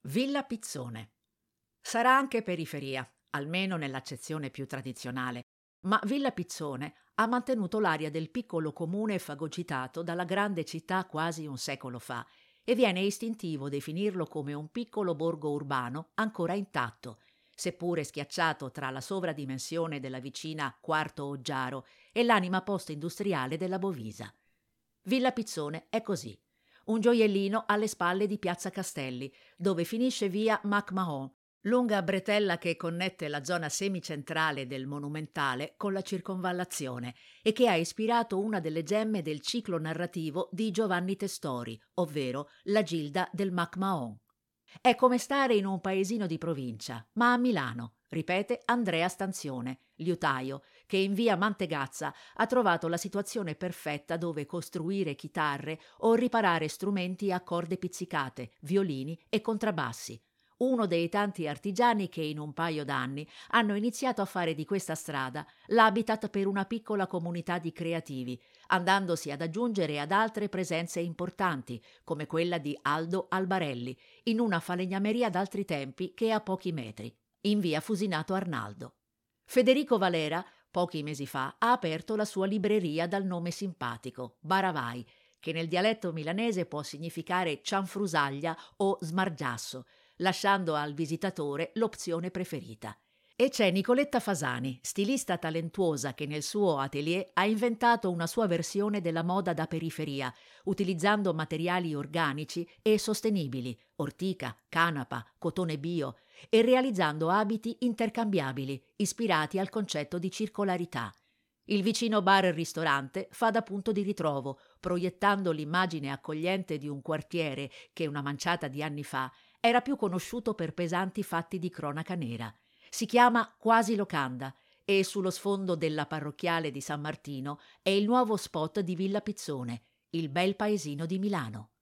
Villa Pizzone. Sarà anche periferia, almeno nell'accezione più tradizionale, ma Villa Pizzone ha mantenuto l'aria del piccolo comune fagocitato dalla grande città quasi un secolo fa e viene istintivo definirlo come un piccolo borgo urbano ancora intatto, seppure schiacciato tra la sovradimensione della vicina Quarto Oggiaro e l'anima post-industriale della Bovisa. Villa Pizzone è così. Un gioiellino alle spalle di Piazza Castelli, dove finisce via McMahon, lunga bretella che connette la zona semicentrale del Monumentale con la circonvallazione e che ha ispirato una delle gemme del ciclo narrativo di Giovanni Testori, ovvero La Gilda del McMahon. È come stare in un paesino di provincia, ma a Milano, ripete Andrea Stanzione, liutaio, che in via Mantegazza ha trovato la situazione perfetta dove costruire chitarre o riparare strumenti a corde pizzicate, violini e contrabbassi. Uno dei tanti artigiani che in un paio d'anni hanno iniziato a fare di questa strada l'habitat per una piccola comunità di creativi, andandosi ad aggiungere ad altre presenze importanti, come quella di Aldo Albarelli, in una falegnameria d'altri tempi che è a pochi metri, in via Fusinato Arnaldo. Federico Valera, pochi mesi fa, ha aperto la sua libreria dal nome simpatico, Baravai, che nel dialetto milanese può significare cianfrusaglia o smargiasso, lasciando al visitatore l'opzione preferita. E c'è Nicoletta Fasani, stilista talentuosa che nel suo atelier ha inventato una sua versione della moda da periferia, utilizzando materiali organici e sostenibili, ortica, canapa, cotone bio, e realizzando abiti intercambiabili, ispirati al concetto di circolarità. Il vicino bar-ristorante fa da punto di ritrovo, proiettando l'immagine accogliente di un quartiere che una manciata di anni fa era più conosciuto per pesanti fatti di cronaca nera. Si chiama Quasi Locanda e sullo sfondo della parrocchiale di San Martino è il nuovo spot di Villa Pizzone, il bel paesino di Milano.